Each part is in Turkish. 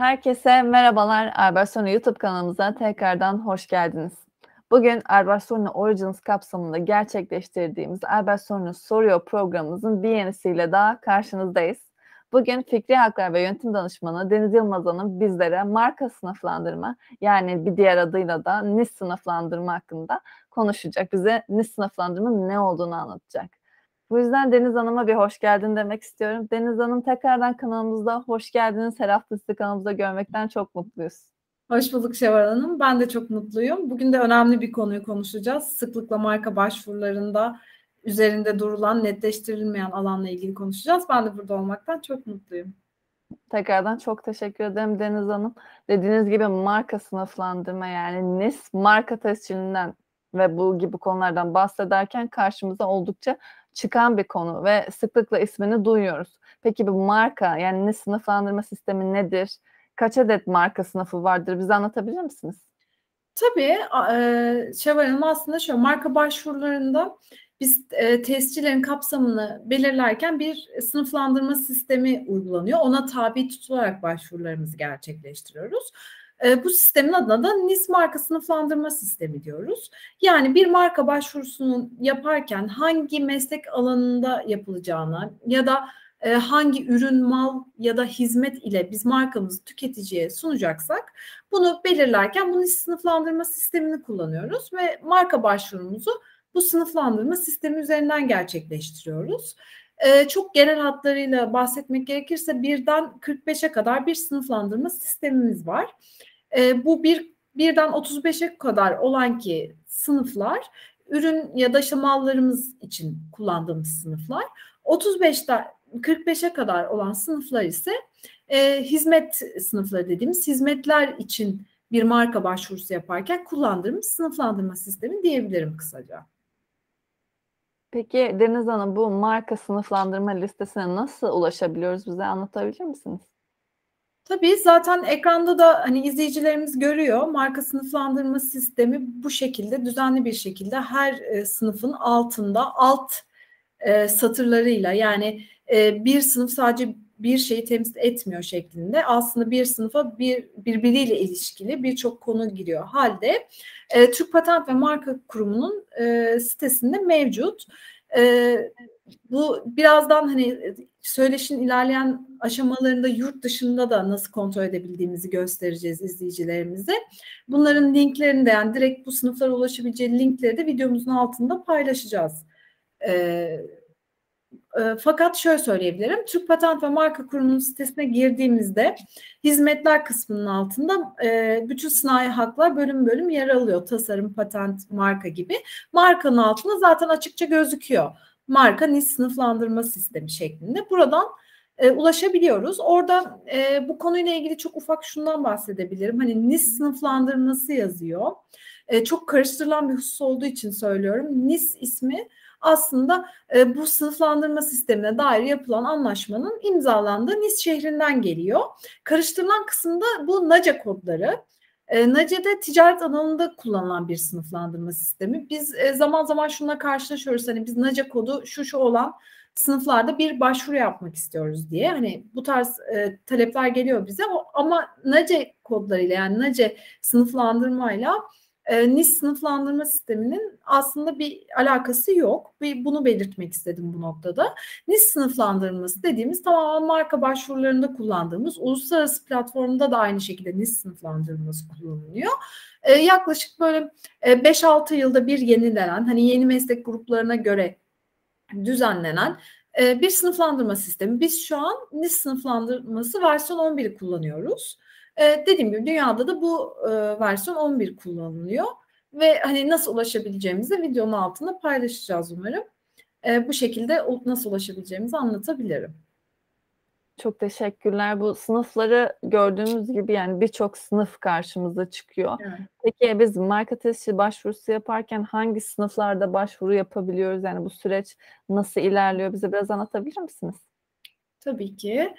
Herkese merhabalar. Albertsonu YouTube kanalımıza tekrardan hoş geldiniz. Bugün Albertsonu Origins kapsamında gerçekleştirdiğimiz Albertsonu Soruyor programımızın bir yenisiyle daha karşınızdayız. Bugün Fikri Haklar ve Yönetim Danışmanı Deniz Yılmaz Hanım bizlere marka sınıflandırma, yani bir diğer adıyla da NIS sınıflandırma hakkında konuşacak. Bize NIS sınıflandırmanın ne olduğunu anlatacak. Bu yüzden Deniz Hanım'a bir hoş geldin demek istiyorum. Deniz Hanım, tekrardan kanalımızda hoş geldiniz. Her hafta sizi kanalımızda görmekten çok mutluyuz. Hoş bulduk Şevval Hanım. Ben de çok mutluyum. Bugün de önemli bir konuyu konuşacağız. Sıklıkla marka başvurularında üzerinde durulan, netleştirilmeyen alanla ilgili konuşacağız. Ben de burada olmaktan çok mutluyum. Tekrardan çok teşekkür ederim Deniz Hanım. Dediğiniz gibi marka sınıflandırma, yani NIS marka tescilinden ve bu gibi konulardan bahsederken karşımıza oldukça çıkan bir konu ve sıklıkla ismini duyuyoruz. Peki bu marka, yani NIS sınıflandırma sistemi nedir? Kaç adet marka sınıfı vardır? Bize anlatabilir misiniz? Tabii Şevval Hanım, aslında şöyle, marka başvurularında biz tescillerin kapsamını belirlerken bir sınıflandırma sistemi uygulanıyor. Ona tabi tutularak başvurularımızı gerçekleştiriyoruz. Bu sistemin adına da NIS marka sınıflandırma sistemi diyoruz. Yani bir marka başvurusunu yaparken hangi meslek alanında yapılacağına ya da hangi ürün, mal ya da hizmet ile biz markamızı tüketiciye sunacaksak bunu belirlerken bunun sınıflandırma sistemini kullanıyoruz ve marka başvurumuzu bu sınıflandırma sistemi üzerinden gerçekleştiriyoruz. Çok genel hatlarıyla bahsetmek gerekirse 1'den 45'e kadar bir sınıflandırma sistemimiz var. Bu 1'den 35'e kadar olan ki sınıflar ürün ya da işte mallarımız için kullandığımız sınıflar. 35'ten 45'e kadar olan sınıflar ise hizmet sınıfları dediğimiz hizmetler için bir marka başvurusu yaparken kullandığımız sınıflandırma sistemi diyebilirim kısaca. Peki Deniz Hanım, bu marka sınıflandırma listesine nasıl ulaşabiliyoruz? Bize anlatabilir misiniz? Tabii, zaten ekranda da hani izleyicilerimiz görüyor. Marka sınıflandırma sistemi bu şekilde, düzenli bir şekilde her sınıfın altında alt satırlarıyla, yani bir sınıf sadece bir şeyi temsil etmiyor şeklinde. Aslında bir sınıfa birbiriyle ilişkili birçok konu giriyor halde Türk Patent ve Marka Kurumu'nun sitesinde mevcut. Bu birazdan hani söyleşin ilerleyen aşamalarında yurt dışında da nasıl kontrol edebildiğimizi göstereceğiz izleyicilerimize. Bunların linklerini de, yani direkt bu sınıflara ulaşabileceği linkleri de videomuzun altında paylaşacağız. Fakat şöyle söyleyebilirim. Türk Patent ve Marka Kurumu'nun sitesine girdiğimizde hizmetler kısmının altında bütün sınai haklar bölüm bölüm yer alıyor. Tasarım, patent, marka gibi. Markanın altında zaten açıkça gözüküyor. Marka NIS sınıflandırma sistemi şeklinde. Buradan ulaşabiliyoruz. Orada bu konuyla ilgili çok ufak şundan bahsedebilirim. Hani NIS sınıflandırması yazıyor. Çok karıştırılan bir husus olduğu için söylüyorum. NIS ismi aslında bu sınıflandırma sistemine dair yapılan anlaşmanın imzalandığı Nice şehrinden geliyor. Karıştırılan kısımda bu NACE kodları. NACE'de ticaret alanında kullanılan bir sınıflandırma sistemi. Biz zaman zaman şununla karşılaşıyoruz. Hani biz NACE kodu şu olan sınıflarda bir başvuru yapmak istiyoruz diye. Hani bu tarz talepler geliyor bize, ama NACE kodlarıyla, yani NACE sınıflandırmayla NIS sınıflandırma sisteminin aslında bir alakası yok. Bunu belirtmek istedim bu noktada. NIS sınıflandırması dediğimiz tamamen marka başvurularında kullandığımız, uluslararası platformda da aynı şekilde NIS sınıflandırması kullanılıyor. Yaklaşık böyle 5-6 yılda bir yenilenen, hani yeni meslek gruplarına göre düzenlenen bir sınıflandırma sistemi. Biz şu an NIS sınıflandırması versiyon 11'i kullanıyoruz. Dediğim gibi dünyada da bu versiyon 11 kullanılıyor ve hani nasıl ulaşabileceğimizi videonun altında paylaşacağız umarım. Bu şekilde nasıl ulaşabileceğimizi anlatabilirim. Çok teşekkürler. Bu sınıfları gördüğümüz gibi, yani birçok sınıf karşımıza çıkıyor. Evet. Peki biz marka tescili başvurusu yaparken hangi sınıflarda başvuru yapabiliyoruz? Yani bu süreç nasıl ilerliyor? Bize biraz anlatabilir misiniz? Tabii ki.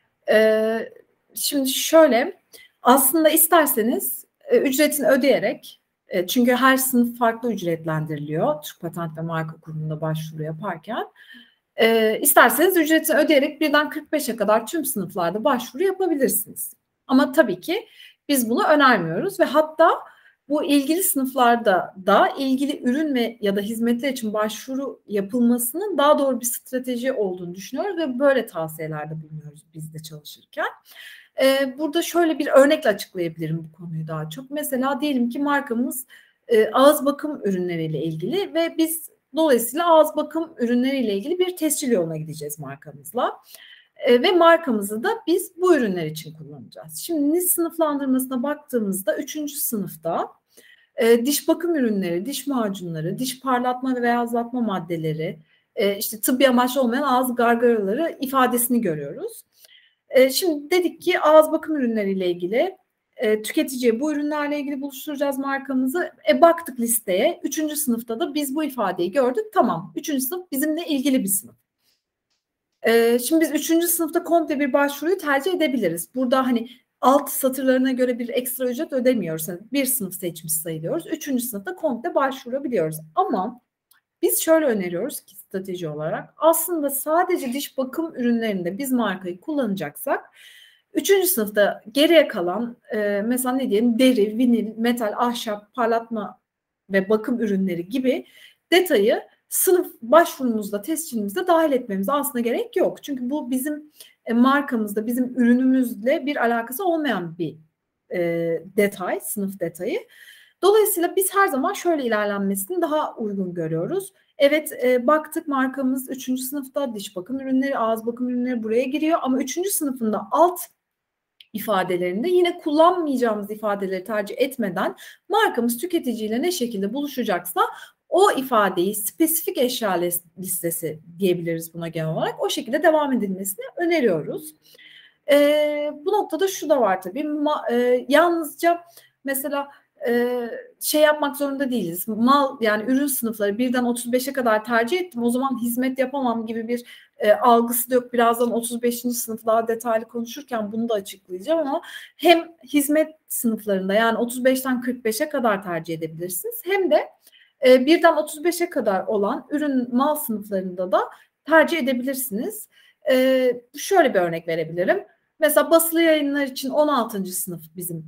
Şimdi şöyle, aslında isterseniz ücretini ödeyerek, çünkü her sınıf farklı ücretlendiriliyor Türk Patent ve Marka Kurumu'nda başvuru yaparken. İsterseniz ücretini ödeyerek 1'den 45'e kadar tüm sınıflarda başvuru yapabilirsiniz. Ama tabii ki biz bunu önermiyoruz ve hatta bu ilgili sınıflarda da ilgili ürün ve ya da hizmetler için başvuru yapılmasının daha doğru bir strateji olduğunu düşünüyoruz ve böyle tavsiyelerde bulunuyoruz biz de çalışırken. Burada şöyle bir örnekle açıklayabilirim bu konuyu daha çok. Mesela diyelim ki markamız ağız bakım ürünleriyle ilgili ve biz dolayısıyla ağız bakım ürünleriyle ilgili bir tescil yoluna gideceğiz markamızla. Ve markamızı da biz bu ürünler için kullanacağız. Şimdi NIS sınıflandırmasına baktığımızda 3. sınıfta diş bakım ürünleri, diş macunları, diş parlatma ve beyazlatma maddeleri, işte tıbbi amaçlı olmayan ağız gargaraları ifadesini görüyoruz. Şimdi dedik ki ağız bakım ürünleriyle ilgili tüketiciye bu ürünlerle ilgili buluşturacağız markamızı. Baktık listeye. 3. sınıfta da biz bu ifadeyi gördük. Tamam. 3. sınıf bizimle ilgili bir sınıf. Şimdi biz 3. sınıfta komple bir başvuruyu tercih edebiliriz. Burada hani alt satırlarına göre bir ekstra ücret ödemiyoruz. Yani bir sınıf seçmiş sayılıyoruz. 3. sınıfta komple başvurabiliyoruz. Ama biz şöyle öneriyoruz ki strateji olarak aslında sadece diş bakım ürünlerinde biz markayı kullanacaksak 3. sınıfta geriye kalan mesela ne diyelim deri, vinil, metal, ahşap, parlatma ve bakım ürünleri gibi detayı sınıf başvurumuzda, tescillimizde dahil etmemize aslında gerek yok. Çünkü bu bizim markamızda, bizim ürünümüzle bir alakası olmayan bir detay, sınıf detayı. Dolayısıyla biz her zaman şöyle ilerlenmesini daha uygun görüyoruz. Evet, baktık markamız 3. sınıfta diş bakım ürünleri, ağız bakım ürünleri buraya giriyor ama 3. sınıfında alt ifadelerinde yine kullanmayacağımız ifadeleri tercih etmeden markamız tüketiciyle ne şekilde buluşacaksa o ifadeyi spesifik eşya listesi diyebiliriz buna genel olarak. O şekilde devam edilmesini öneriyoruz. Bu noktada şu da var tabii. Yalnızca mesela şey yapmak zorunda değiliz. Mal yani ürün sınıfları 1'den 35'e kadar tercih ettim. O zaman hizmet yapamam gibi bir algısı da yok. Birazdan 35. sınıf daha detaylı konuşurken bunu da açıklayacağım ama hem hizmet sınıflarında yani 35'ten 45'e kadar tercih edebilirsiniz. Hem de 1'den 35'e kadar olan ürün mal sınıflarında da tercih edebilirsiniz. Şöyle bir örnek verebilirim. Mesela basılı yayınlar için 16. sınıf bizim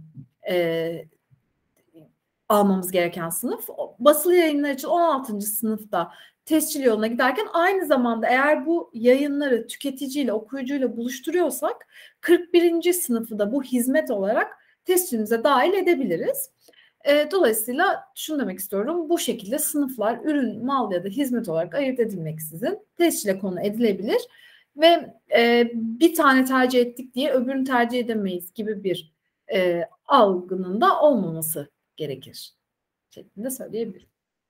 almamız gereken sınıf. Basılı yayınlar için 16. sınıfta tescil yoluna giderken aynı zamanda eğer bu yayınları tüketiciyle, okuyucuyla buluşturuyorsak 41. sınıfı da bu hizmet olarak tescilimize dahil edebiliriz. Dolayısıyla şunu demek istiyorum. Bu şekilde sınıflar ürün, mal ya da hizmet olarak ayırt edilmeksizin tescile konu edilebilir ve bir tane tercih ettik diye öbürünü tercih edemeyiz gibi bir algının da olmaması gerekir şeklinde söyleyebilirim.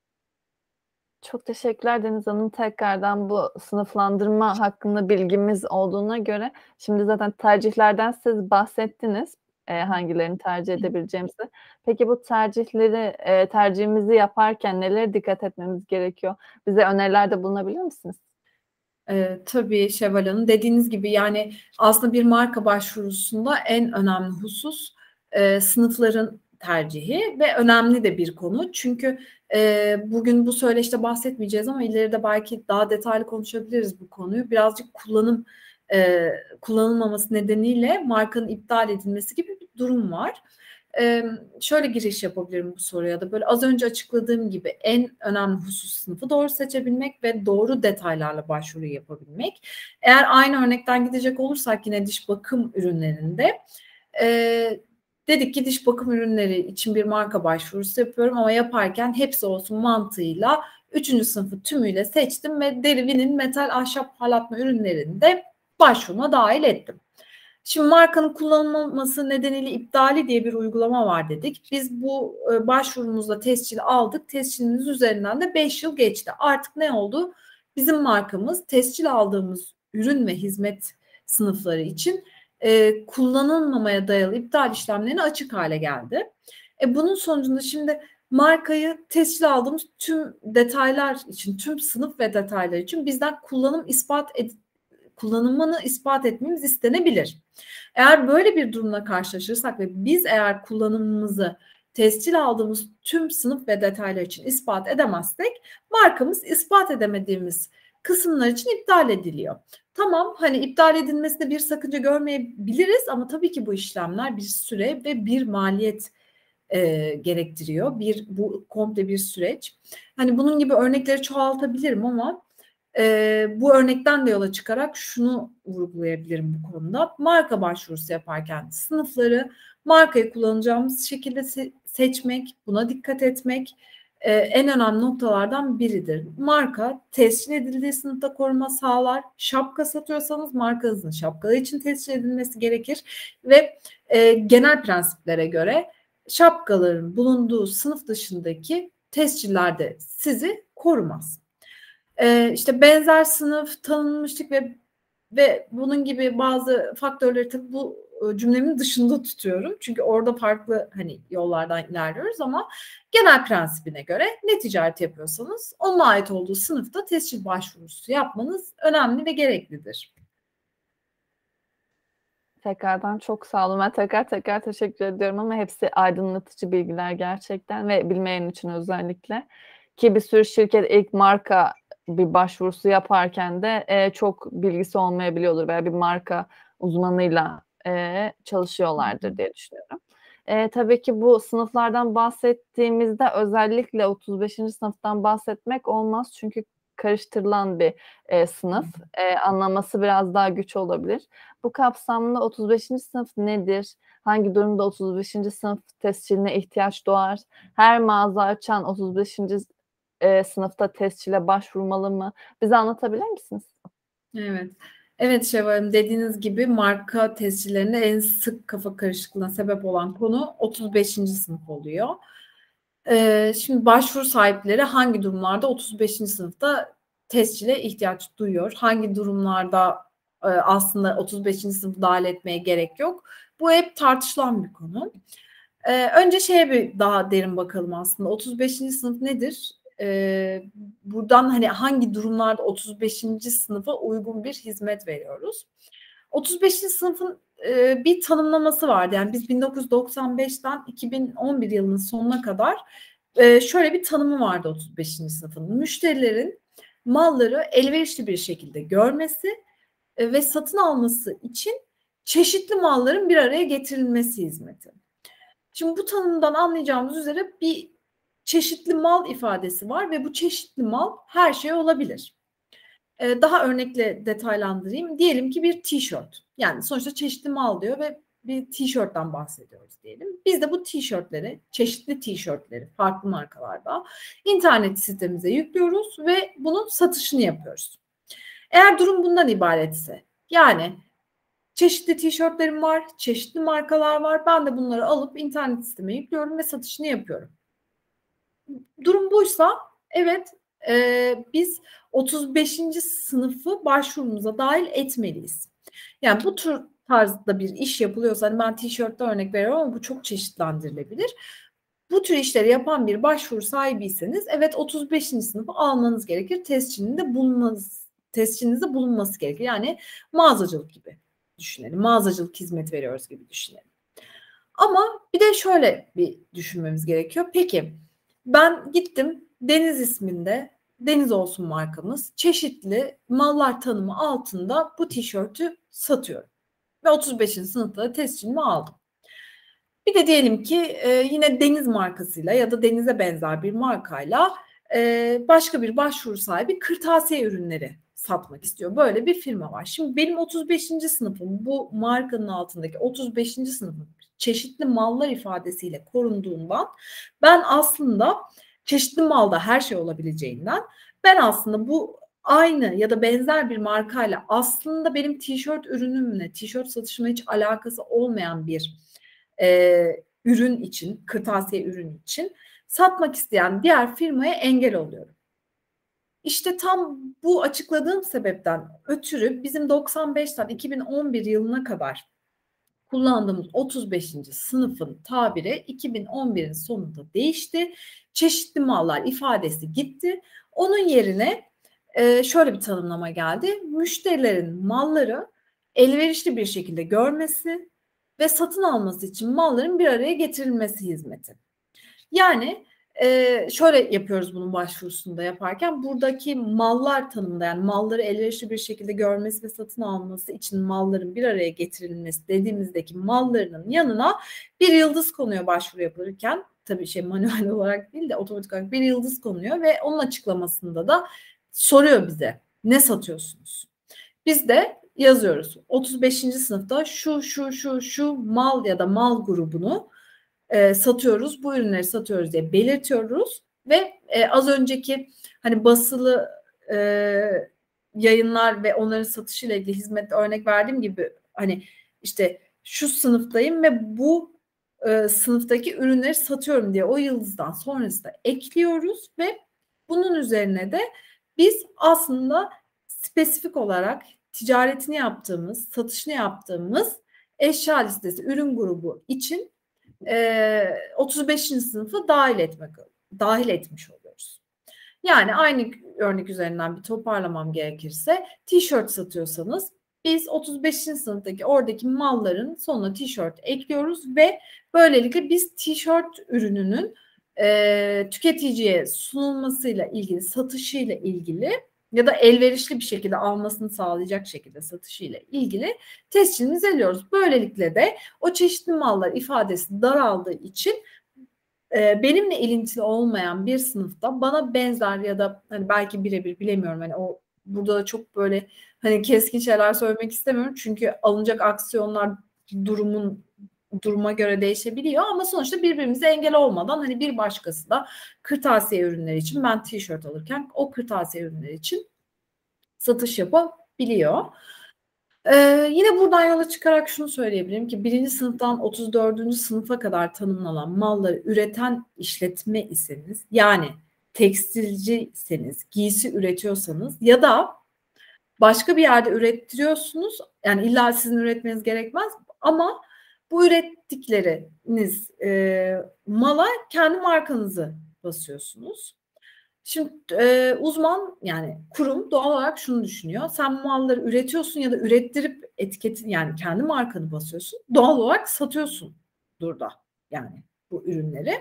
Çok teşekkürler Deniz Hanım. Tekrardan bu sınıflandırma hakkında bilgimiz olduğuna göre şimdi zaten tercihlerden siz bahsettiniz, hangilerini tercih edebileceğimizi. Peki bu tercihleri, tercihimizi yaparken nelere dikkat etmemiz gerekiyor? Bize önerilerde bulunabilir misiniz? Tabii Şevval Hanım. Dediğiniz gibi yani aslında bir marka başvurusunda en önemli husus sınıfların tercihi ve önemli de bir konu. Çünkü bugün bu söyleşte bahsetmeyeceğiz ama ileride belki daha detaylı konuşabiliriz bu konuyu. Birazcık kullanılmaması nedeniyle markanın iptal edilmesi gibi bir durum var. Şöyle giriş yapabilirim bu soruya da. Böyle az önce açıkladığım gibi en önemli husus sınıfı doğru seçebilmek ve doğru detaylarla başvuru yapabilmek. Eğer aynı örnekten gidecek olursak yine diş bakım ürünlerinde dedik ki diş bakım ürünleri için bir marka başvurusu yapıyorum ama yaparken hepsi olsun mantığıyla 3. sınıfı tümüyle seçtim ve deri, vinil, metal, ahşap parlatma ürünlerini de başvuruma dahil ettim. Şimdi markanın kullanılmaması nedeniyle iptali diye bir uygulama var dedik. Biz bu başvurumuzla tescil aldık. Tescilimiz üzerinden de 5 yıl geçti. Artık ne oldu? Bizim markamız tescil aldığımız ürün ve hizmet sınıfları için kullanılmamaya dayalı iptal işlemlerine açık hale geldi. Bunun sonucunda şimdi markayı tescil aldığımız tüm detaylar için, tüm sınıf ve detaylar için bizden kullanımını ispat etmemiz istenebilir. Eğer böyle bir durumla karşılaşırsak ve biz eğer kullanımımızı tescil aldığımız tüm sınıf ve detaylar için ispat edemezsek markamız ispat edemediğimiz kısımlar için iptal ediliyor. Tamam, hani iptal edilmesinde bir sakınca görmeyebiliriz ama tabii ki bu işlemler bir süre ve bir maliyet gerektiriyor. Bu komple bir süreç. Hani bunun gibi örnekleri çoğaltabilirim ama bu örnekten de yola çıkarak şunu vurgulayabilirim bu konuda. Marka başvurusu yaparken sınıfları markayı kullanacağımız şekilde seçmek, buna dikkat etmek en önemli noktalardan biridir. Marka tescil edildiği sınıfta koruma sağlar. Şapka satıyorsanız markanızın şapkaları için tescil edilmesi gerekir ve genel prensiplere göre şapkaların bulunduğu sınıf dışındaki tesciller de sizi korumaz. İşte benzer sınıf, tanınmışlık ve bunun gibi bazı faktörleri tabii bu cümlemin dışında tutuyorum. Çünkü orada farklı hani yollardan ilerliyoruz ama genel prensibine göre ne ticaret yapıyorsanız onun ait olduğu sınıfta tescil başvurusu yapmanız önemli ve gereklidir. Tekrardan çok sağ olun. Ben tekrar teşekkür ediyorum ama hepsi aydınlatıcı bilgiler gerçekten ve bilmeyen için özellikle. Ki bir sürü şirket ilk marka bir başvurusu yaparken de çok bilgisi olmayabiliyordur veya bir marka uzmanıyla çalışıyorlardır diye düşünüyorum. Tabii ki bu sınıflardan bahsettiğimizde özellikle 35. sınıftan bahsetmek olmaz. Çünkü karıştırılan bir sınıf. Anlaması biraz daha güç olabilir. Bu kapsamda 35. sınıf nedir? Hangi durumda 35. sınıf tesciline ihtiyaç doğar? Her mağaza açan 35. Sınıfta tescile başvurmalı mı? Bize anlatabilir misiniz? Evet. Evet Şevval Hanım, dediğiniz gibi marka tescillerinde en sık kafa karışıklığına sebep olan konu 35. sınıf oluyor. Şimdi başvuru sahipleri hangi durumlarda 35. sınıfta tescile ihtiyaç duyuyor? Hangi durumlarda aslında 35. sınıfı dahil etmeye gerek yok? Bu hep tartışılan bir konu. Önce şeye bir daha derin bakalım aslında. 35. sınıf nedir? Buradan hani hangi durumlarda 35. sınıfa uygun bir hizmet veriyoruz? 35. sınıfın bir tanımlaması vardı. Yani biz 1995'ten 2011 yılının sonuna kadar şöyle bir tanımı vardı 35. sınıfın. Müşterilerin malları elverişli bir şekilde görmesi ve satın alması için çeşitli malların bir araya getirilmesi hizmeti. Şimdi bu tanımdan anlayacağımız üzere bir çeşitli mal ifadesi var ve bu çeşitli mal her şey olabilir. Daha örnekle detaylandırayım. Diyelim ki bir tişört. Yani sonuçta çeşitli mal diyor ve bir tişörtten bahsediyoruz diyelim. Biz de bu tişörtleri, çeşitli tişörtleri farklı markalarda internet sitemize yüklüyoruz ve bunun satışını yapıyoruz. Eğer durum bundan ibaretse, yani çeşitli tişörtlerim var, çeşitli markalar var. Ben de bunları alıp internet siteme yüklüyorum ve satışını yapıyorum. Durum buysa evet biz 35. sınıfı başvurumuza dahil etmeliyiz. Yani bu tür tarzda bir iş yapılıyorsa, hani ben tişörtte örnek veriyorum ama bu çok çeşitlendirilebilir. Bu tür işleri yapan bir başvuru sahibiyseniz evet 35. sınıfı almanız gerekir. Tescillinizde bulunması gerekir. Yani mağazacılık gibi düşünelim. Mağazacılık hizmet veriyoruz gibi düşünelim. Ama bir de şöyle bir düşünmemiz gerekiyor. Peki ben gittim Deniz isminde, Deniz olsun markamız, çeşitli mallar tanımı altında bu tişörtü satıyorum. Ve 35. sınıfta da tescilimi aldım. Bir de diyelim ki yine Deniz markasıyla ya da Deniz'e benzer bir markayla başka bir başvuru sahibi kırtasiye ürünleri satmak istiyor. Böyle bir firma var. Şimdi benim 35. sınıfım bu markanın altındaki 35. sınıfım çeşitli mallar ifadesiyle korunduğundan ben aslında çeşitli malda her şey olabileceğinden ben aslında bu aynı ya da benzer bir markayla aslında benim tişört ürünümle, tişört satışıma hiç alakası olmayan bir ürün için, kırtasiye ürün için satmak isteyen diğer firmaya engel oluyorum. İşte tam bu açıkladığım sebepten ötürü bizim 95'ten 2011 yılına kadar kullandığımız 35. sınıfın tabiri 2011'in sonunda değişti. Çeşitli mallar ifadesi gitti. Onun yerine şöyle bir tanımlama geldi. Müşterilerin malları elverişli bir şekilde görmesi ve satın alması için malların bir araya getirilmesi hizmeti. Yani Şöyle yapıyoruz bunun başvurusunda yaparken. Buradaki mallar tanımında, yani malları elverişli bir şekilde görmesi ve satın alması için malların bir araya getirilmesi dediğimizdeki mallarının yanına bir yıldız konuyor başvuru yapılırken. Tabii manuel olarak değil de otomatik olarak bir yıldız konuyor ve onun açıklamasında da soruyor bize, ne satıyorsunuz? Biz de yazıyoruz. 35. sınıfta şu mal ya da mal grubunu satıyoruz. Bu ürünleri satıyoruz diye belirtiyoruz ve az önceki hani basılı yayınlar ve onların satışıyla ilgili hizmet örnek verdiğim gibi hani işte şu sınıftayım ve bu sınıftaki ürünleri satıyorum diye o yıldızdan sonrasında ekliyoruz ve bunun üzerine de biz aslında spesifik olarak ticaretini yaptığımız, satışını yaptığımız eşya listesi, ürün grubu için 35. sınıfı dahil etmiş oluyoruz. Yani aynı örnek üzerinden bir toparlamam gerekirse tişört satıyorsanız biz 35. sınıftaki oradaki malların sonuna tişört ekliyoruz ve böylelikle biz tişört ürününün tüketiciye sunulmasıyla ilgili, satışıyla ilgili ya da elverişli bir şekilde almasını sağlayacak şekilde satışıyla ilgili tescilimizi ediyoruz. Böylelikle de o çeşitli mallar ifadesi daraldığı için benimle ilintili olmayan bir sınıfta bana benzer ya da hani belki birebir bilemiyorum, hani o burada da çok böyle hani keskin şeyler söylemek istemiyorum çünkü alınacak aksiyonlar duruma göre değişebiliyor ama sonuçta birbirimize engel olmadan hani bir başkası da kırtasiye ürünleri için ben tişört alırken o kırtasiye ürünleri için satış yapabiliyor. Yine buradan yola çıkarak şunu söyleyebilirim ki 1. sınıftan 34. sınıfa kadar tanımlanan malları üreten işletme iseniz, yani tekstilciyseniz, giysi üretiyorsanız ya da başka bir yerde ürettiriyorsunuz, yani illa sizin üretmeniz gerekmez ama bu ürettikleriniz mala kendi markanızı basıyorsunuz. Şimdi uzman, yani kurum doğal olarak şunu düşünüyor. Sen malları üretiyorsun ya da ürettirip etiketini, yani kendi markanı basıyorsun. Doğal olarak satıyorsun burada yani bu ürünleri.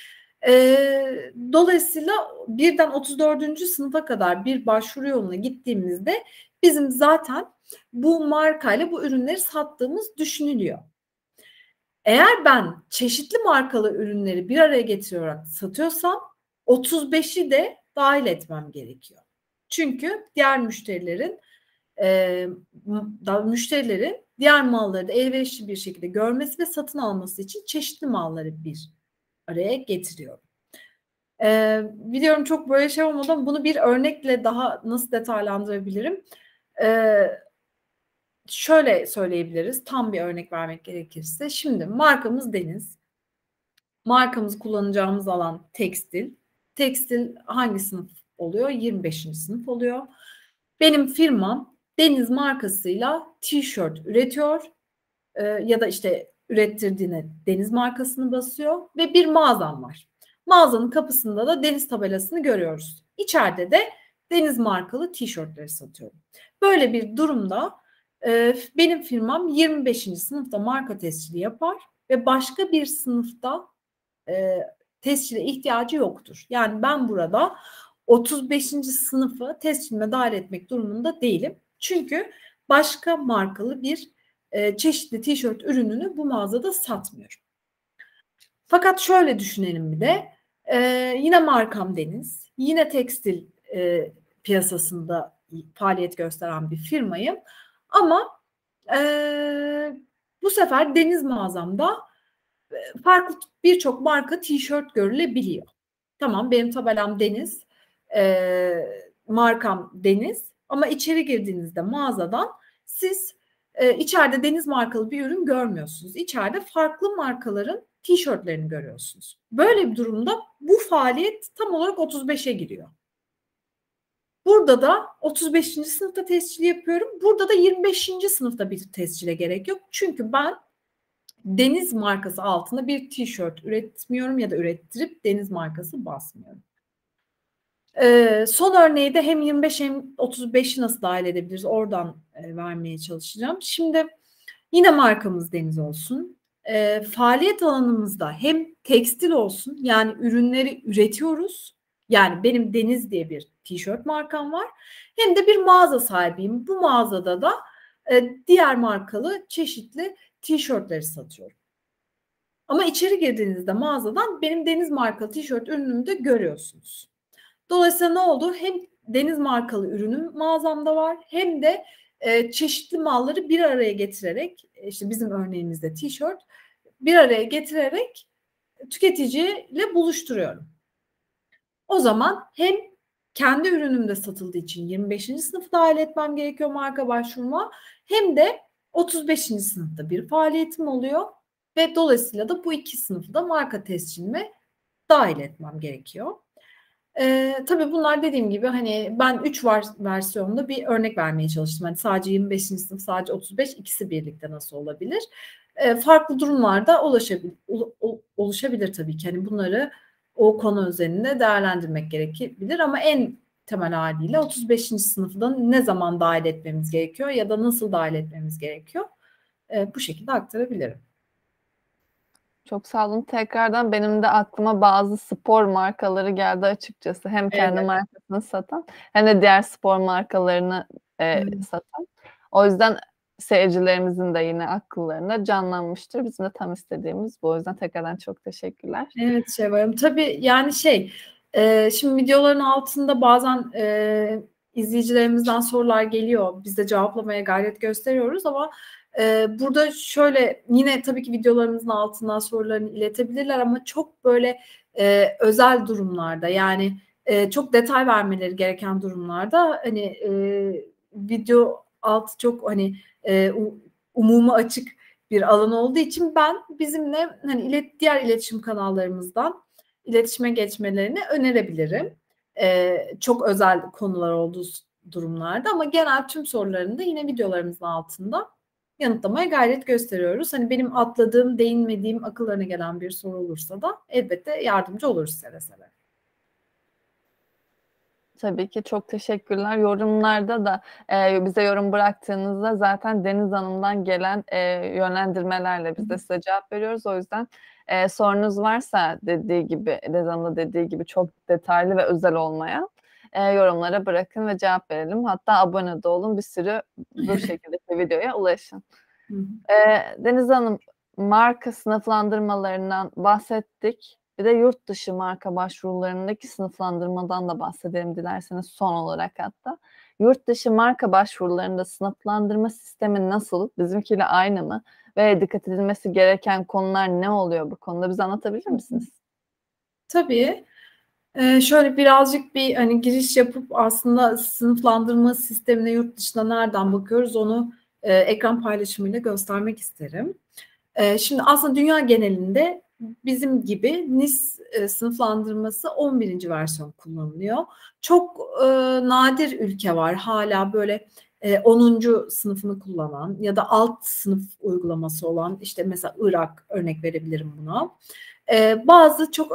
Dolayısıyla birden 34. sınıfa kadar bir başvuru yoluna gittiğimizde bizim zaten bu markayla bu ürünleri sattığımız düşünülüyor. Eğer ben çeşitli markalı ürünleri bir araya getiriyorlar satıyorsam 35'i de dahil etmem gerekiyor. Çünkü diğer müşterilerin diğer malları da elverişli bir şekilde görmesi ve satın alması için çeşitli malları bir araya getiriyorum. Biliyorum çok böyle şey olmadı ama bunu bir örnekle daha nasıl detaylandırabilirim? Şöyle söyleyebiliriz, tam bir örnek vermek gerekirse. Şimdi markamız Deniz. Markamızı kullanacağımız alan tekstil. Tekstil hangi sınıf oluyor? 25. sınıf oluyor. Benim firmam Deniz markasıyla tişört üretiyor ya da işte ürettirdiğine Deniz markasını basıyor ve bir mağazam var. Mağazanın kapısında da Deniz tabelasını görüyoruz. İçeride de Deniz markalı tişörtleri satıyorum. Böyle bir durumda benim firmam 25. sınıfta marka tescili yapar ve başka bir sınıfta tescile ihtiyacı yoktur. Yani ben burada 35. sınıfı tescilime dahil etmek durumunda değilim. Çünkü başka markalı bir çeşitli tişört ürününü bu mağazada satmıyorum. Fakat şöyle düşünelim bir de. Yine markam Deniz, yine tekstil piyasasında faaliyet gösteren bir firmayım. Ama bu sefer Deniz mağazamda farklı birçok marka tişört görülebiliyor. Tamam, benim tabelam Deniz, markam Deniz ama içeri girdiğinizde mağazadan siz içeride Deniz markalı bir ürün görmüyorsunuz. İçeride farklı markaların tişörtlerini görüyorsunuz. Böyle bir durumda bu faaliyet tam olarak 35'e giriyor. Burada da 35. sınıfta tescil yapıyorum. Burada da 25. sınıfta bir tescile gerek yok. Çünkü ben Deniz markası altında bir tişört üretmiyorum ya da ürettirip Deniz markası basmıyorum. Son örneği de hem 25 hem 35'i nasıl dahil edebiliriz oradan vermeye çalışacağım. Şimdi yine markamız Deniz olsun. faaliyet alanımızda hem tekstil olsun, yani ürünleri üretiyoruz. Yani benim Deniz diye bir tişört markam var. Hem de bir mağaza sahibiyim. Bu mağazada da diğer markalı çeşitli tişörtleri satıyorum. Ama içeri girdiğinizde mağazadan benim Deniz markalı tişört ürünümü de görüyorsunuz. Dolayısıyla ne oldu? Hem Deniz markalı ürünüm mağazamda var, hem de çeşitli malları bir araya getirerek, işte bizim örneğimizde tişört, bir araya getirerek tüketiciyle buluşturuyorum. O zaman hem kendi ürünümde satıldığı için 25. sınıfı dahil etmem gerekiyor marka başvuruma, hem de 35. sınıfta bir faaliyetim oluyor ve dolayısıyla da bu iki sınıfı da marka tescilime dahil etmem gerekiyor. Tabii bunlar dediğim gibi hani ben 3 versiyonda bir örnek vermeye çalıştım. Hani sadece 25. sınıf, sadece 35, ikisi birlikte nasıl olabilir? Farklı durumlarda oluşabilir tabii ki. Hani bunları o konu üzerinde değerlendirmek gerekebilir ama en temel haliyle 35. sınıfta ne zaman dahil etmemiz gerekiyor ya da nasıl dahil etmemiz gerekiyor? Bu şekilde aktarabilirim. Çok sağ olun. Tekrardan benim de aklıma bazı spor markaları geldi açıkçası. Hem kendi Evet. markasını satan hem de diğer spor markalarını, satan. O yüzden seyircilerimizin de yine akıllarında canlanmıştır. Bizim de tam istediğimiz bu. O yüzden tekrardan çok teşekkürler. Evet Şevval Hanım. Tabii yani şimdi videoların altında bazen izleyicilerimizden sorular geliyor. Biz de cevaplamaya gayret gösteriyoruz ama burada şöyle, yine tabii ki videolarımızın altından sorularını iletebilirler ama çok böyle özel durumlarda, yani çok detay vermeleri gereken durumlarda hani video altı çok hani umuma açık bir alan olduğu için ben bizimle hani diğer iletişim kanallarımızdan iletişime geçmelerini önerebilirim. Çok özel konular olduğu durumlarda, ama genel tüm sorularını da yine videolarımızın altında yanıtlamaya gayret gösteriyoruz. Hani benim atladığım, değinmediğim, akıllarına gelen bir soru olursa da elbette yardımcı oluruz seve seve. Tabii ki çok teşekkürler. Yorumlarda da bize yorum bıraktığınızda zaten Deniz Hanım'dan gelen yönlendirmelerle biz de size cevap veriyoruz. O yüzden sorunuz varsa dediği gibi, Deniz Hanım da dediği gibi çok detaylı ve özel olmayan yorumlara bırakın ve cevap verelim. Hatta abone de olun. Bir sürü bu şekilde videoya ulaşın. Deniz Hanım, marka sınıflandırmalarından bahsettik. Bir de yurt dışı marka başvurularındaki sınıflandırmadan da bahsedelim dilerseniz, son olarak hatta. Yurt dışı marka başvurularında sınıflandırma sistemi nasıl? Bizimkiyle aynı mı? Ve dikkat edilmesi gereken konular ne oluyor bu konuda? Bize anlatabilir misiniz? Tabii. Şöyle birazcık bir hani giriş yapıp aslında sınıflandırma sistemine yurt dışına nereden bakıyoruz onu ekran paylaşımıyla göstermek isterim. Şimdi aslında dünya genelinde bizim gibi NIS sınıflandırması 11. versiyon kullanılıyor. Çok nadir ülke var hala böyle 10. sınıfını kullanan ya da alt sınıf uygulaması olan, işte mesela Irak örnek verebilirim buna. Bazı çok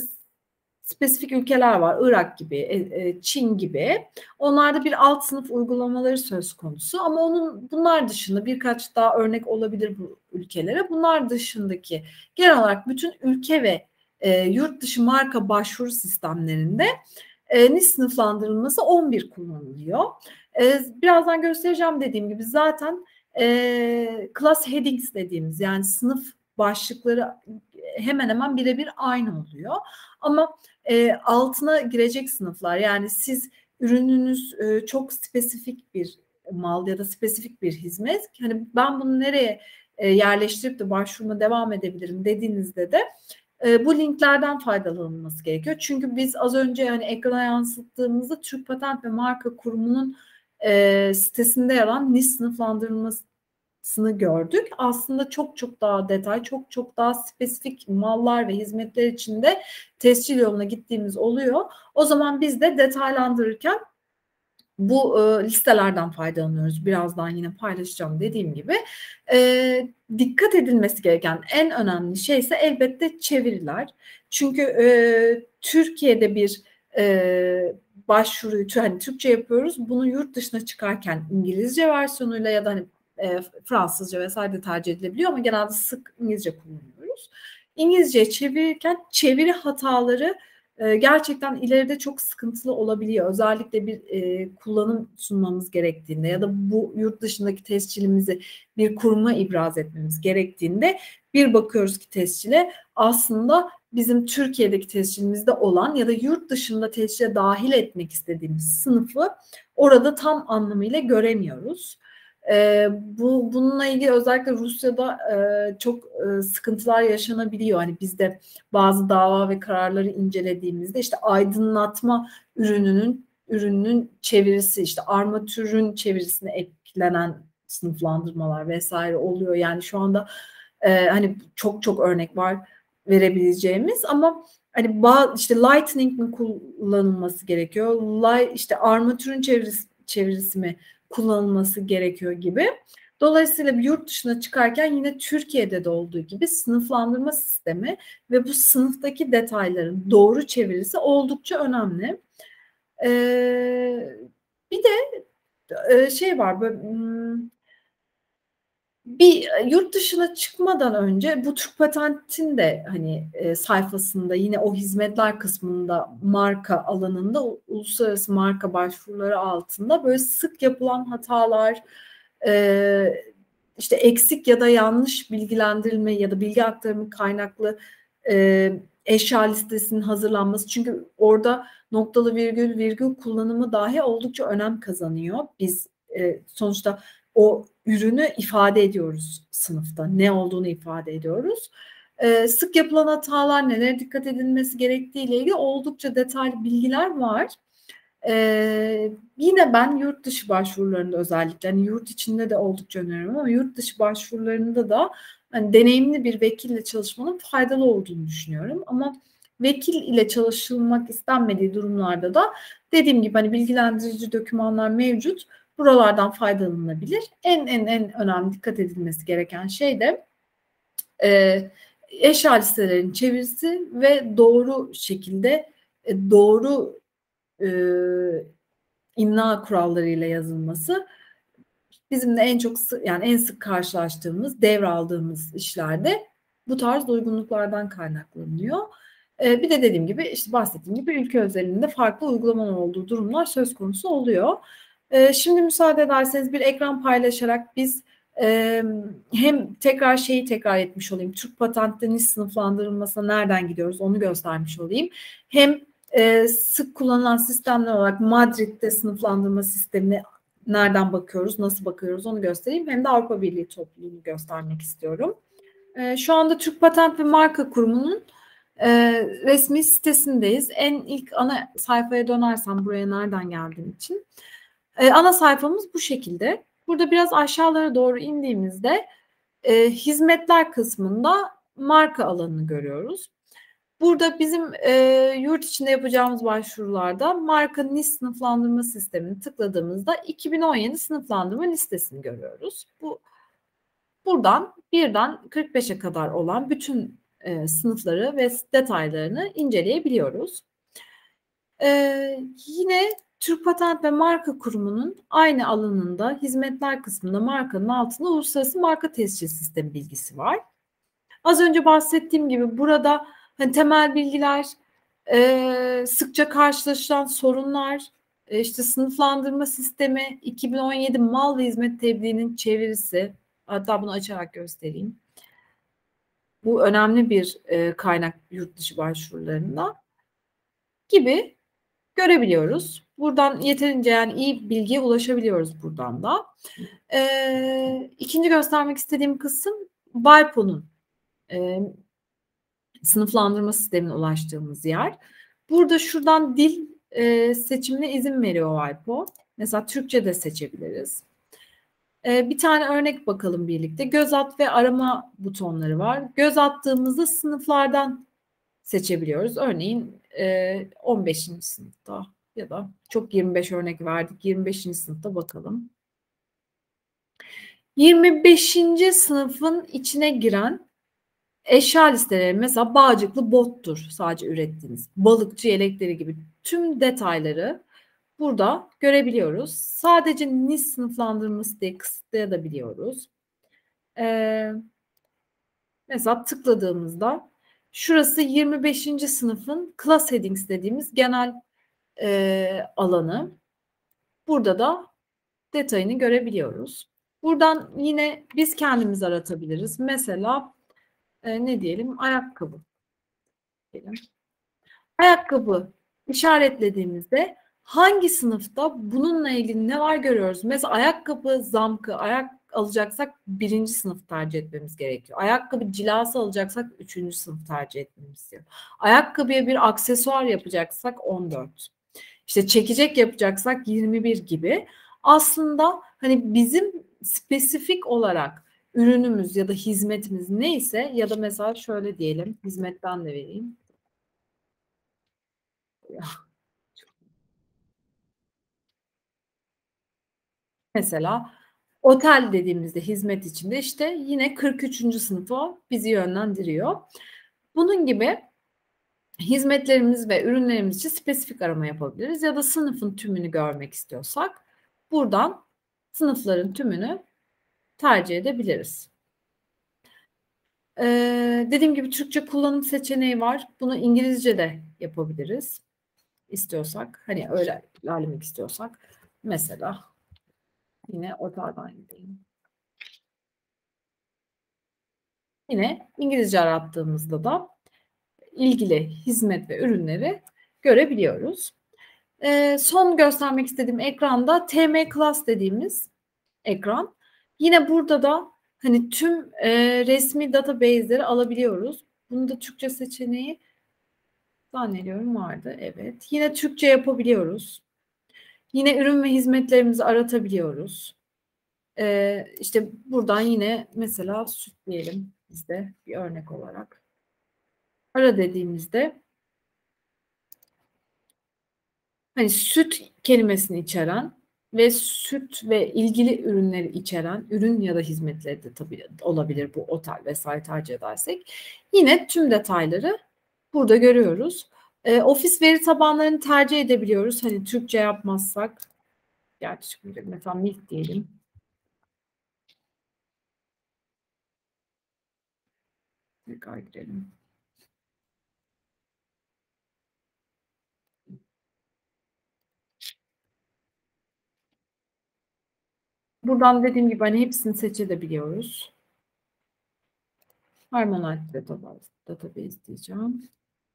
spesifik ülkeler var. Irak gibi, Çin gibi. Onlarda bir alt sınıf uygulamaları söz konusu. Ama bunlar dışında birkaç daha örnek olabilir bu ülkelere. Bunlar dışındaki genel olarak bütün ülke ve yurt dışı marka başvuru sistemlerinde NIS sınıflandırılması 11 kullanılıyor. Birazdan göstereceğim, dediğim gibi zaten class headings dediğimiz, yani sınıf başlıkları hemen hemen birebir aynı oluyor. Ama altına girecek sınıflar, yani siz ürününüz çok spesifik bir mal ya da spesifik bir hizmet, hani ben bunu nereye yerleştirip de başvuruma devam edebilirim dediğinizde de bu linklerden faydalanılması gerekiyor. Çünkü biz az önce hani ekrana yansıttığımızda Türk Patent ve Marka Kurumu'nun sitesinde yer alan NIS sınıflandırılmasını gördük. Aslında çok çok daha detay, çok çok daha spesifik mallar ve hizmetler içinde tescil yoluna gittiğimiz oluyor. O zaman biz de detaylandırırken bu listelerden faydalanıyoruz. Birazdan yine paylaşacağım dediğim gibi. Dikkat edilmesi gereken en önemli şey ise elbette çeviriler. Çünkü Türkiye'de bir başvuruyu hani Türkçe yapıyoruz. Bunu yurt dışına çıkarken İngilizce versiyonuyla ya da hani Fransızca vesaire de tercih edilebiliyor ama genelde sık İngilizce kullanıyoruz. İngilizce çevirirken çeviri hataları gerçekten ileride çok sıkıntılı olabiliyor. Özellikle bir kullanım sunmamız gerektiğinde ya da bu yurt dışındaki tescilimizi bir kuruma ibraz etmemiz gerektiğinde bir bakıyoruz ki tescile aslında bizim Türkiye'deki tescilimizde olan ya da yurt dışında tescile dahil etmek istediğimiz sınıfı orada tam anlamıyla göremiyoruz. Bununla ilgili özellikle Rusya'da çok sıkıntılar yaşanabiliyor. Hani biz de bazı dava ve kararları incelediğimizde işte aydınlatma ürününün çevirisi, işte armatürün çevirisine eklenen sınıflandırmalar vesaire oluyor. Yani şu anda hani çok örnek var verebileceğimiz ama hani işte lightning mi kullanılması gerekiyor? İşte armatürün çevirisi mi kullanılması gerekiyor gibi. Dolayısıyla bir yurt dışına çıkarken yine Türkiye'de de olduğu gibi sınıflandırma sistemi ve bu sınıftaki detayların doğru çevirisi oldukça önemli. Bir de şey var böyle bir yurt dışına çıkmadan önce bu Türk Patent'in de hani sayfasında yine o hizmetler kısmında marka alanında uluslararası marka başvuruları altında böyle sık yapılan hatalar, işte eksik ya da yanlış bilgilendirilme ya da bilgi aktarımı kaynaklı eşya listesinin hazırlanması. Çünkü orada noktalı virgül kullanımı dahi oldukça önem kazanıyor. Biz sonuçta o ürünü ifade ediyoruz sınıfta. Ne olduğunu ifade ediyoruz. Sık yapılan hatalar, nelere dikkat edilmesi gerektiği ile ilgili oldukça detaylı bilgiler var. Yine ben yurt dışı başvurularında özellikle hani yurt içinde de oldukça öneriyorum ama yurt dışı başvurularında da hani deneyimli bir vekille çalışmanın faydalı olduğunu düşünüyorum. Ama vekil ile çalışılmak istenmediği durumlarda da dediğim gibi hani bilgilendirici dokümanlar mevcut. Buralardan faydalanılabilir. En önemli dikkat edilmesi gereken şey de eşya listelerin çevirisi ve doğru şekilde doğru imla kurallarıyla yazılması. Bizim de en sık karşılaştığımız, devraldığımız işlerde bu tarz uygunluklardan kaynaklanıyor. Bir de dediğim gibi işte bahsettiğim gibi ülke özelinde farklı uygulamalar olduğu durumlar söz konusu oluyor. Şimdi müsaade ederseniz bir ekran paylaşarak biz hem tekrar etmiş olayım. Türk Patent'ten sınıflandırılmasına nereden gidiyoruz onu göstermiş olayım. Hem sık kullanılan sistemler olarak Madrid'de sınıflandırma sistemine nereden bakıyoruz, nasıl bakıyoruz onu göstereyim. Hem de Avrupa Birliği topluluğunu göstermek istiyorum. Şu anda Türk Patent ve Marka Kurumu'nun resmi sitesindeyiz. İlk ana sayfaya dönersem buraya nereden geldiğim için. Ana sayfamız bu şekilde. Burada biraz aşağılara doğru indiğimizde hizmetler kısmında marka alanını görüyoruz. Burada bizim yurt içinde yapacağımız başvurularda marka NIS sınıflandırma sistemini tıkladığımızda 2017 sınıflandırma listesini görüyoruz. Buradan 1'den 45'e kadar olan bütün sınıfları ve detaylarını inceleyebiliyoruz. Yine Türk Patent ve Marka Kurumu'nun aynı alanında hizmetler kısmında markanın altında uluslararası marka tescil sistemi bilgisi var. Az önce bahsettiğim gibi burada hani temel bilgiler, sıkça karşılaşılan sorunlar, işte sınıflandırma sistemi, 2017 mal ve hizmet tebliğinin çevirisi, hatta bunu açarak göstereyim. Bu önemli bir kaynak yurt dışı başvurularında gibi görebiliyoruz. Buradan yeterince yani iyi bilgiye ulaşabiliyoruz buradan da. İkinci göstermek istediğim kısım WIPO'nun sınıflandırma sistemine ulaştığımız yer. Burada şuradan dil seçimine izin veriyor WIPO. Mesela Türkçe de seçebiliriz. Bir tane örnek bakalım birlikte. Göz at ve arama butonları var. Göz attığımızda sınıflardan seçebiliyoruz. Örneğin 15. sınıfta ya da çok 25 örnek verdik. 25. sınıfta bakalım. 25. sınıfın içine giren eşya listeleri mesela Bağcıklı Bottur sadece ürettiğiniz, balıkçı yelekleri gibi tüm detayları burada görebiliyoruz. Sadece NIS sınıflandırması diye kısıtlayabiliyoruz. Mesela tıkladığımızda şurası 25. sınıfın class headings dediğimiz genel alanı. Burada da detayını görebiliyoruz. Buradan yine biz kendimiz aratabiliriz. Mesela ne diyelim? Ayakkabı diyelim. Ayakkabı işaretlediğimizde hangi sınıfta bununla ilgili ne var görüyoruz. Mesela ayakkabı zamkı, ayak alacaksak 1. sınıf tercih etmemiz gerekiyor. Ayakkabı cilası alacaksak 3. sınıf tercih etmemiz gerekiyor. Ayakkabıya bir aksesuar yapacaksak 14. İşte çekecek yapacaksak 21 gibi. Aslında hani bizim spesifik olarak ürünümüz ya da hizmetimiz neyse ya da mesela şöyle diyelim, hizmetten de vereyim. Mesela otel dediğimizde hizmet içinde işte yine 43. sınıfa bizi yönlendiriyor. Bunun gibi hizmetlerimiz ve ürünlerimiz için spesifik arama yapabiliriz ya da sınıfın tümünü görmek istiyorsak buradan sınıfların tümünü tercih edebiliriz. Dediğim gibi Türkçe kullanım seçeneği var. Bunu İngilizce de yapabiliriz istiyorsak. Hani öyle ilerlemek istiyorsak. Mesela yine otelden gideyim. Yine İngilizce arattığımızda da ilgili hizmet ve ürünleri görebiliyoruz. Son göstermek istediğim ekranda TM Class dediğimiz ekran. Yine burada da hani tüm resmi database'leri alabiliyoruz. Bunu da Türkçe seçeneği zannediyorum vardı. Evet. Yine Türkçe yapabiliyoruz. Yine ürün ve hizmetlerimizi aratabiliyoruz. İşte buradan yine mesela süt diyelim bizde bir örnek olarak. Ara dediğimizde hani süt kelimesini içeren ve süt ve ilgili ürünleri içeren ürün ya da hizmetleri de tabii olabilir bu otel vesaire tercih edersek. Yine tüm detayları burada görüyoruz. Ofis veri tabanlarını tercih edebiliyoruz. Hani Türkçe yapmazsak. Gerçi şimdi mesela Milk diyelim. Tekrar girelim. Buradan dediğim gibi hani hepsini seçebiliyoruz. Harmonized database diyeceğim.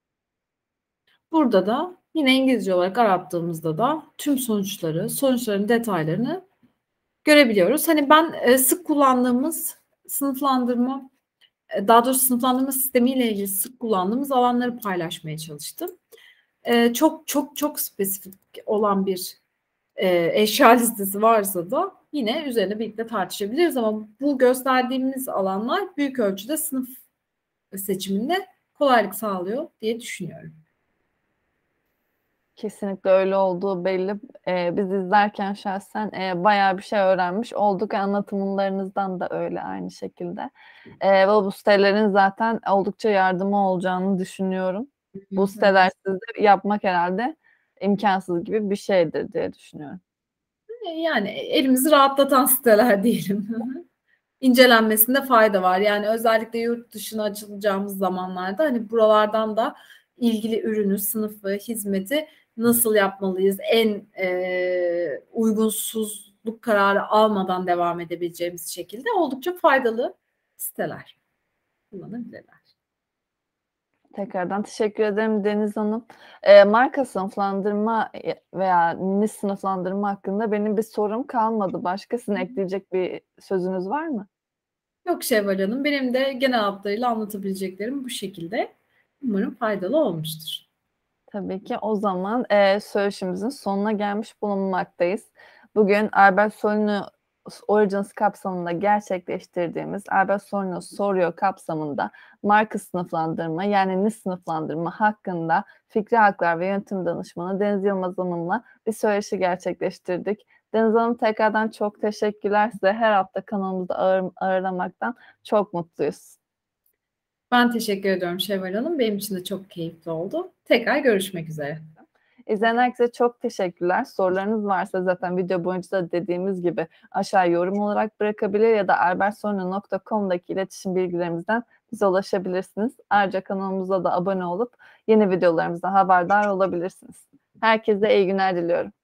Burada da yine İngilizce olarak arattığımızda da tüm sonuçların detaylarını görebiliyoruz. Hani ben sık kullandığımız sınıflandırma, daha doğrusu sınıflandırma sistemiyle ilgili sık kullandığımız alanları paylaşmaya çalıştım. Çok çok çok spesifik olan bir eşya listesi varsa da yine üzerine birlikte tartışabiliriz ama bu gösterdiğimiz alanlar büyük ölçüde sınıf seçiminde kolaylık sağlıyor diye düşünüyorum. Kesinlikle öyle olduğu belli. Biz izlerken şahsen bayağı bir şey öğrenmiş olduk. Anlatımlarınızdan da öyle aynı şekilde. Ve bu sitelerin zaten oldukça yardımı olacağını düşünüyorum. Bu sitelersiz de yapmak herhalde imkansız gibi bir şeydir diye düşünüyorum. Yani elimizi rahatlatan siteler diyelim. İncelenmesinde fayda var. Yani özellikle yurt dışına açılacağımız zamanlarda hani buralardan da ilgili ürünü, sınıfı, hizmeti nasıl yapmalıyız? En uygunsuzluk kararı almadan devam edebileceğimiz şekilde oldukça faydalı siteler kullanabilirler. Tekrardan teşekkür ederim Deniz Hanım. Marka sınıflandırma veya NIS sınıflandırma hakkında benim bir sorum kalmadı. Başka sizin ekleyecek bir sözünüz var mı? Yok Şevval Hanım, benim de genel hatlarıyla anlatabileceklerim bu şekilde. Umarım faydalı olmuştur. Tabii ki. O zaman söyleşimizin sonuna gelmiş bulunmaktayız. Bugün Albert Solino Origins kapsamında gerçekleştirdiğimiz Albert Solino Soruyor kapsamında marka sınıflandırma yani NIS sınıflandırma hakkında Fikri Haklar ve Yönetim Danışmanı Deniz Yılmaz Hanım'la bir söyleşi gerçekleştirdik. Deniz Hanım tekrardan çok teşekkürler size. Her hafta kanalımızda ağırlamaktan çok mutluyuz. Ben teşekkür ediyorum Şevval Hanım. Benim için de çok keyifli oldu. Tekrar görüşmek üzere. İzleyen herkese çok teşekkürler. Sorularınız varsa zaten video boyunca da dediğimiz gibi aşağı yorum olarak bırakabilir ya da albertsorno.com'daki iletişim bilgilerimizden bize ulaşabilirsiniz. Ayrıca kanalımıza da abone olup yeni videolarımızda haberdar olabilirsiniz. Herkese iyi günler diliyorum.